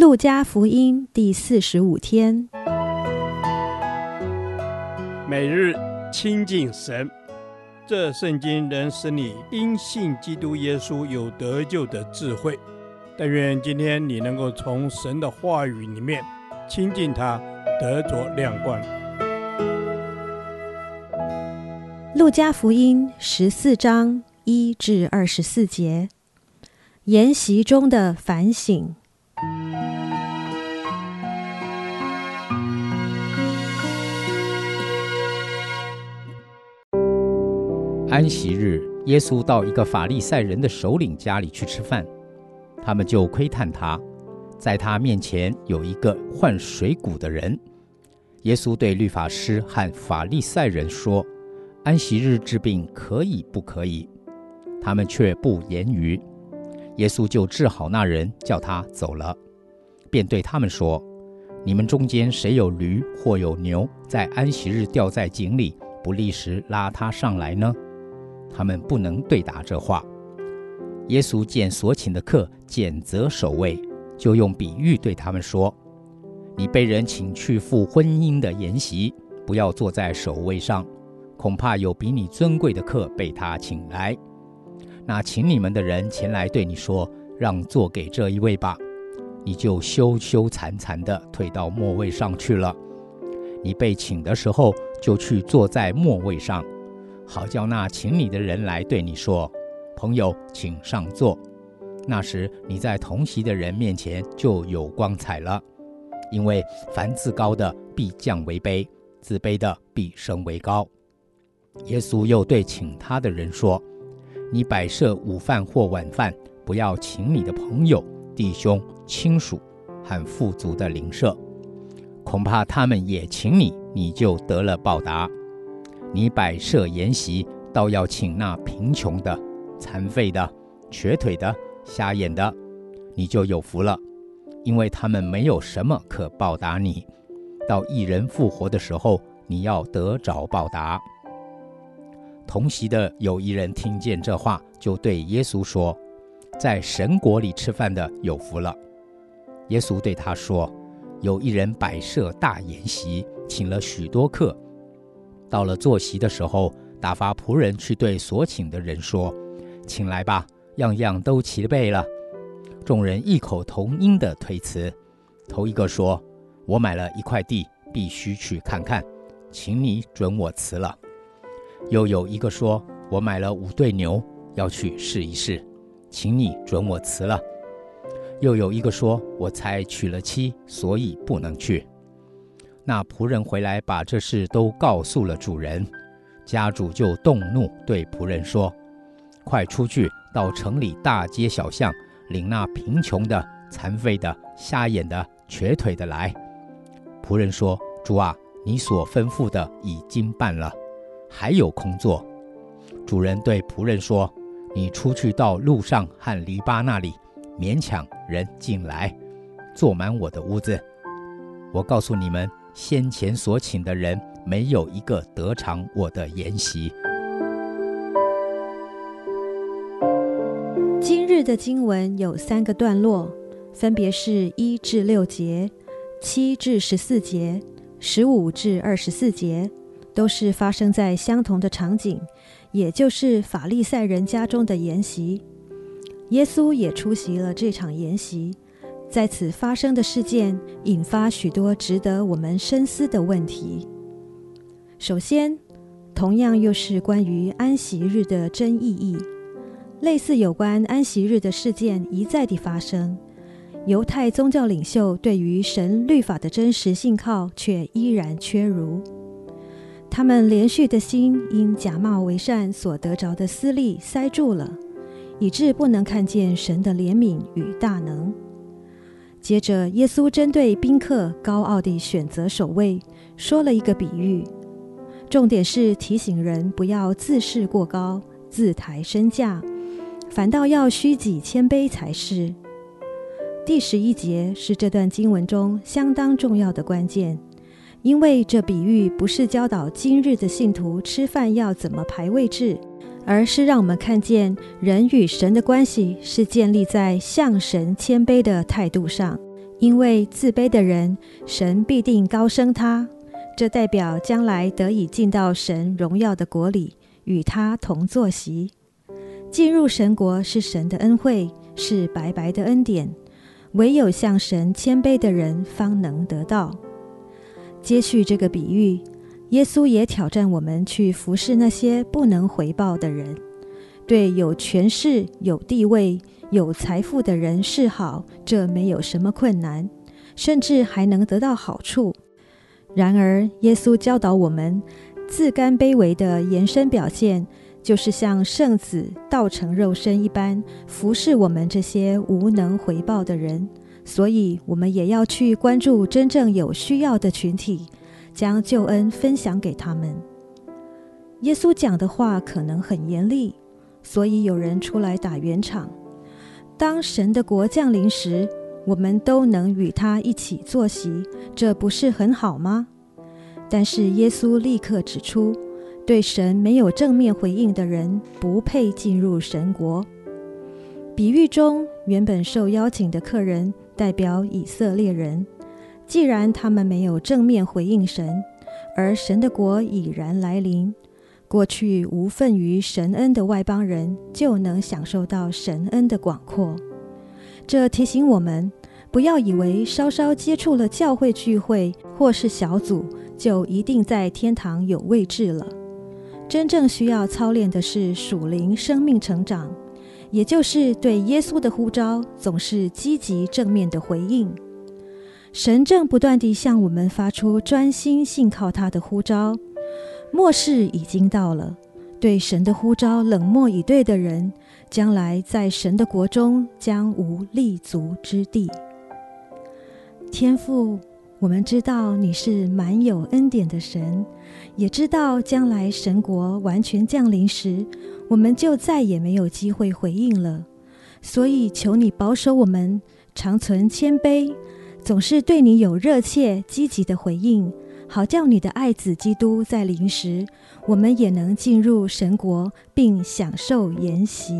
路加福音第45天， 每日亲近神，这圣经能使你因信基督耶稣有得救的智慧。但愿今天你能够从神的话语里面亲近他，得着亮光。 路加福音14章1至24节，筵席中的反省。 安息日，耶稣到一个法利赛人的首领家里去吃饭，他们就窥探他，在他面前有一个患水谷的人。耶稣对律法师和法利赛人说：安息日治病可以不可以？他们却不言语。耶稣就治好那人，叫他走了，便对他们说：你们中间谁有驴或有牛，在安息日掉在井里，不立时拉他上来呢？他们不能对答这话。耶稣见所请的客拣择首位，就用比喻对他们说：你被人请去赴婚姻的筵席，不要坐在首位上，恐怕有比你尊贵的客被他请来。那请你们的人前来对你说：让座给这一位吧，你就羞羞惭惭地退到末位上去了。你被请的时候，就去坐在末位上，好叫那请你的人来对你说：朋友，请上座。那时你在同席的人面前就有光彩了。因为凡自高的必降为卑，自卑的必升为高。耶稣又对请他的人说：你摆设午饭或晚饭，不要请你的朋友、弟兄、亲属和富足的邻舍，恐怕他们也请你，你就得了报答。你摆设筵席，倒要请那贫穷的、残废的、瘸腿的、瞎眼的，你就有福了，因为他们没有什么可报答你。到义人复活的时候，你要得着报答。同席的有一人听见这话，就对耶稣说：在神国里吃饭的有福了。耶稣对他说：有一人摆设大筵席，请了许多客。到了坐席的时候，打发仆人去对所请的人说：请来吧，样样都齐备了。众人异口同音的推辞。头一个说：我买了一块地，必须去看看，请你准我辞了。又有一个说：我买了5对牛，要去试一试，请你准我辞了。又有一个说：我才娶了妻，所以不能去。那仆人回来，把这事都告诉了主人。家主就动怒，对仆人说：快出去，到城里大街小巷，领那贫穷的、残废的、瞎眼的、瘸腿的来。仆人说：主啊，你所吩咐的已经办了，还有空座。主人对仆人说：你出去到路上和篱笆那里，勉强人进来，坐满我的屋子。我告诉你们，先前所请的人，没有一个得偿我的筵席。 今日的经文有3个段落，分别是1至6节、7至14节、15至24节，都是发生在相同的场景，也就是法利赛人家中的筵席。耶稣也出席了这场筵席，在此发生的事件引发许多值得我们深思的问题。首先，同样又是关于安息日的真意义。类似有关安息日的事件一再地发生，犹太宗教领袖对于神律法的真实信靠却依然缺如。他们连续的心因假冒为善所得着的私利塞住了，以致不能看见神的怜悯与大能。接着，耶稣针对宾客高傲地选择首位，说了一个比喻，重点是提醒人不要自视过高、自抬身价，反倒要虚己谦卑才是。第11节是这段经文中相当重要的关键，因为这比喻不是教导今日的信徒吃饭要怎么排位置，而是让我们看见人与神的关系是建立在向神谦卑的态度上， 因为自卑的人，神必定高升他，这代表将来得以进到神荣耀的国里，与他同坐席。进入神国是神的恩惠，是白白的恩典，唯有向神谦卑的人方能得到。接续这个比喻，耶稣也挑战我们去服侍那些不能回报的人。对有权势、有地位、有财富的人示好，这没有什么困难，甚至还能得到好处。然而，耶稣教导我们，自甘卑微的延伸表现，就是像圣子道成肉身一般，服侍我们这些无能回报的人。所以，我们也要去关注真正有需要的群体，将救恩分享给他们。耶稣讲的话可能很严厉，所以有人出来打圆场。当神的国降临时，我们都能与他一起坐席，这不是很好吗？但是耶稣立刻指出，对神没有正面回应的人，不配进入神国。比喻中，原本受邀请的客人代表以色列人，既然他们没有正面回应神，而神的国已然来临，过去无份于神恩的外邦人就能享受到神恩的广阔。这提醒我们，不要以为稍稍接触了教会聚会或是小组，就一定在天堂有位置了。真正需要操练的是属灵生命成长，也就是对耶稣的呼召总是积极正面的回应。神正不断地向我们发出专心信靠他的呼召。末世已经到了，对神的呼召冷漠以对的人，将来在神的国中将无立足之地。天父，我们知道你是满有恩典的神，也知道将来神国完全降临时，我们就再也没有机会回应了。所以求你保守我们，常存谦卑，总是对你有热切积极的回应，好叫你的爱子基督在临时，我们也能进入神国，并享受筵席。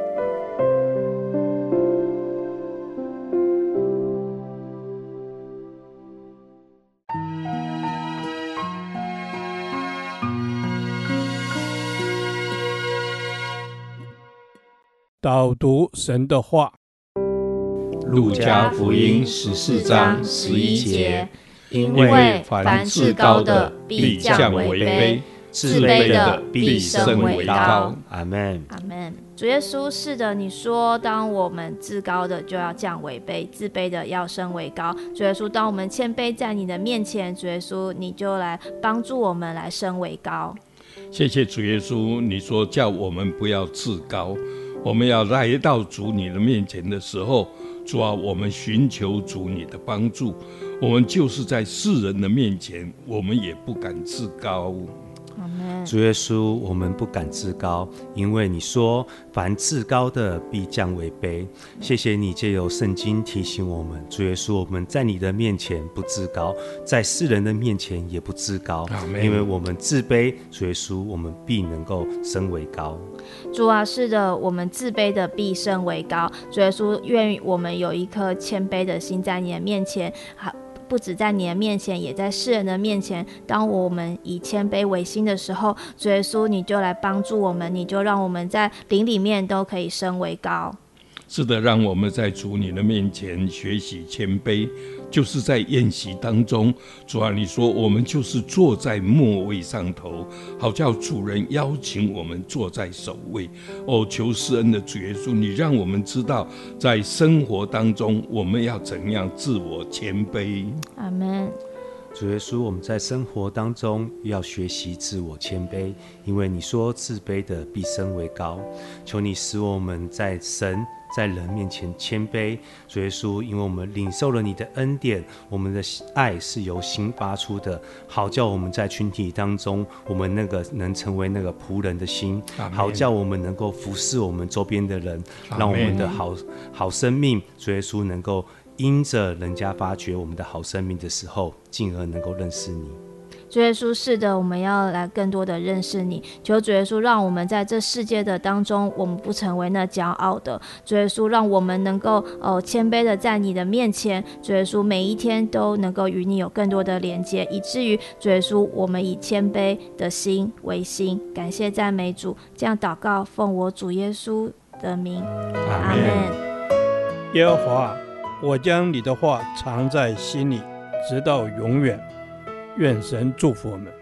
导读神的话， 路加福音14章11节，因为凡自高的必降为卑，自卑的必升为高。阿们。 阿们。主耶稣，是的，你说当我们自高的就要降为卑，自卑的要升为高。主耶稣，当我们谦卑在你的面前，主耶稣你就来帮助我们来升为高。 谢谢主耶稣，你说叫我们不要自高，我们要来到主你的面前的时候，主啊，我们寻求主你的帮助，我们就是在世人的面前，我们也不敢自高。 主耶稣，我们不敢自高，因为你说凡自高的必降为卑。谢谢你借由圣经提醒我们，主耶稣，我们在你的面前不自高，在世人的面前也不自高，因为我们自卑，主耶稣，我们必能够升为高。 主啊，是的，我们自卑的必升为高。主耶稣，愿我们有一颗谦卑的心在你的面前，不止在你的面前，也在世人的面前。当我们以谦卑为心的时候，主耶稣你就来帮助我们，你就让我们在灵里面都可以升为高。 是的，让我们在主你的面前学习谦卑，就是在宴席当中，主啊，你说我们就是坐在末位上头，好叫主人邀请我们坐在首位。求施恩的主耶稣，你让我们知道在生活当中我们要怎样自我谦卑。 阿们。 主耶稣，我们在生活当中要学习自我谦卑，因为你说自卑的必升为高。求你使我们在神在人面前谦卑。主耶稣，因为我们领受了你的恩典，我们的爱是由心发出的，好叫我们在群体当中，我们能成为那个仆人的心，好叫我们能够服侍我们周边的人，让我们的好生命，主耶稣能够因着人家发掘我们的好生命的时候，进而能够认识你。 主耶稣，是的，我们要来更多的认识你。求主耶稣，让我们在这世界的当中，我们不成为那骄傲的。主耶稣，让我们能够谦卑的在你的面前。主耶稣，每一天都能够与你有更多的连接，以至于主耶稣，我们以谦卑的心为心。感谢赞美主，这样祷告，奉我主耶稣的名，阿们。 耶和华，我将你的话藏在心里，直到永远。愿神祝福我们。